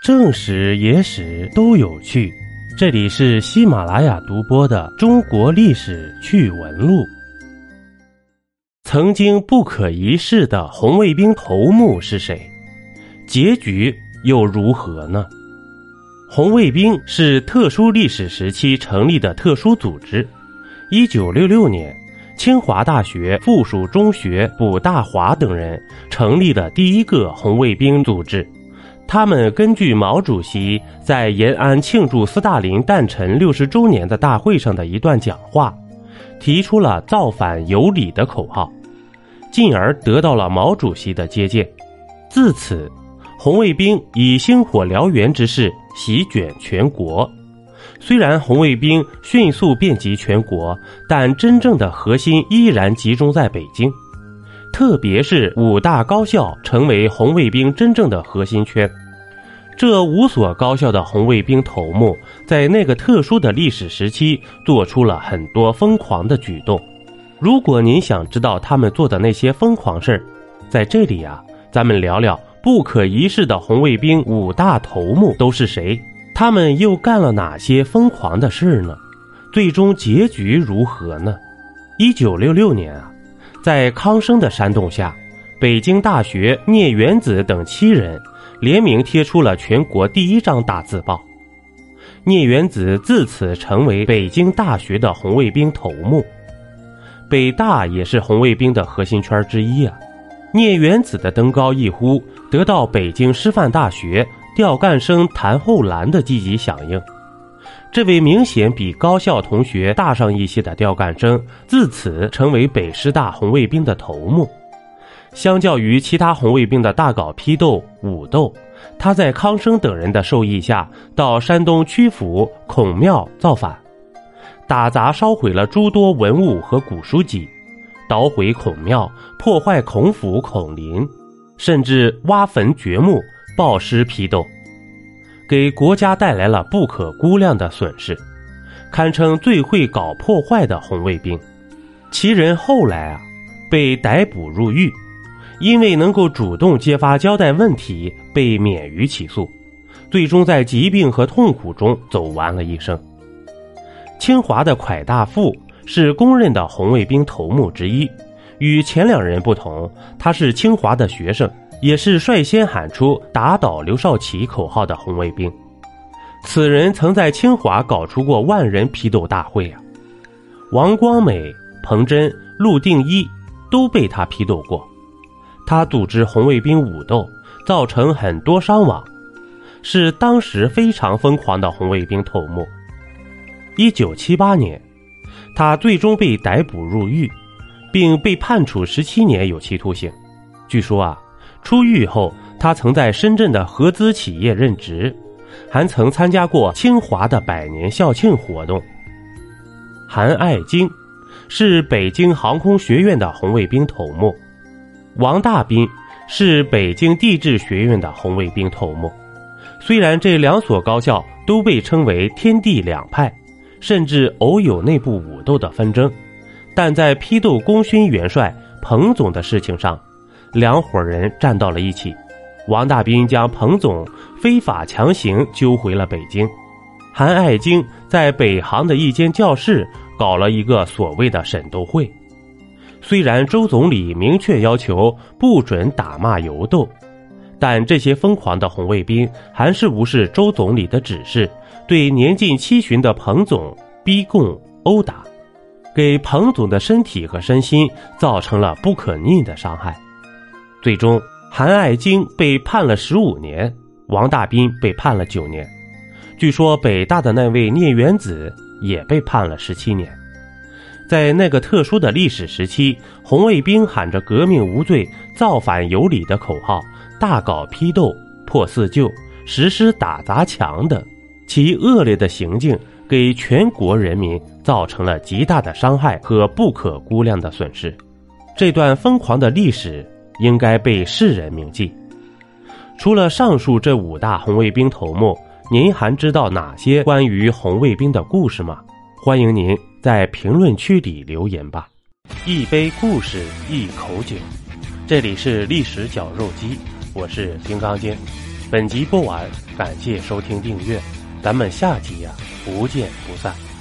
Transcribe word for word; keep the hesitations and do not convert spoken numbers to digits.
正史野史都有趣，这里是喜马拉雅独播的中国历史趣闻录。曾经不可一世的红卫兵头目是谁？结局又如何呢？红卫兵是特殊历史时期成立的特殊组织。一九六六年，清华大学附属中学卜大华等人成立了第一个红卫兵组织。他们根据毛主席在延安庆祝斯大林诞辰六十周年的大会上的一段讲话，提出了造反有理的口号，进而得到了毛主席的接见。自此，红卫兵以星火燎原之势席卷全国。虽然红卫兵迅速遍及全国，但真正的核心依然集中在北京，特别是五大高校成为红卫兵真正的核心圈。这五所高校的红卫兵头目在那个特殊的历史时期做出了很多疯狂的举动。如果您想知道他们做的那些疯狂事儿，在这里啊，咱们聊聊不可一世的红卫兵五大头目都是谁，他们又干了哪些疯狂的事呢？最终结局如何呢？一九六六年啊，在康生的煽动下，北京大学聂元子等七人联名贴出了全国第一张大字报。聂元子自此成为北京大学的红卫兵头目。北大也是红卫兵的核心圈之一啊。聂元子的登高一呼得到北京师范大学调干生谭厚兰的积极响应。这位明显比高校同学大上一些的调干生自此成为北师大红卫兵的头目。相较于其他红卫兵的大搞批斗武斗，他在康生等人的授意下到山东曲阜孔庙造反，打砸烧毁了诸多文物和古书籍，捣毁孔庙，破坏孔府孔林，甚至挖坟掘墓，暴尸批斗，给国家带来了不可估量的损失，堪称最会搞破坏的红卫兵。其人后来啊被逮捕入狱，因为能够主动揭发交代问题，被免于起诉，最终在疾病和痛苦中走完了一生。清华的蒯大富是公认的红卫兵头目之一，与前两人不同，他是清华的学生，也是率先喊出打倒刘少奇口号的红卫兵。此人曾在清华搞出过万人批斗大会啊，王光美、彭真、陆定一都被他批斗过。他组织红卫兵武斗，造成很多伤亡，是当时非常疯狂的红卫兵头目。一九七八年，他最终被逮捕入狱，并被判处十七年有期徒刑。据说啊，出狱后他曾在深圳的合资企业任职，还曾参加过清华的百年校庆活动。韩爱京是北京航空学院的红卫兵头目，王大斌是北京地质学院的红卫兵头目。虽然这两所高校都被称为天地两派，甚至偶有内部武斗的纷争，但在批斗功勋元帅彭总的事情上，两伙人站到了一起。王大斌将彭总非法强行揪回了北京，韩爱京在北航的一间教室搞了一个所谓的审斗会。虽然周总理明确要求不准打骂游斗，但这些疯狂的红卫兵还是无视周总理的指示，对年近七旬的彭总逼供殴打，给彭总的身体和身心造成了不可逆的伤害。最终韩爱京被判了十五年，王大斌被判了九年。据说北大的那位聂元子也被判了十七年。在那个特殊的历史时期，红卫兵喊着革命无罪、造反有理的口号，大搞批斗、破四旧、实施打砸抢等，其恶劣的行径给全国人民造成了极大的伤害和不可估量的损失。这段疯狂的历史应该被世人铭记。除了上述这五大红卫兵头目，您还知道哪些关于红卫兵的故事吗？欢迎您在评论区里留言吧。一杯故事，一口酒，这里是历史绞肉机，我是金刚经。 本集播完，感谢收听订阅，咱们下集呀、不见不散。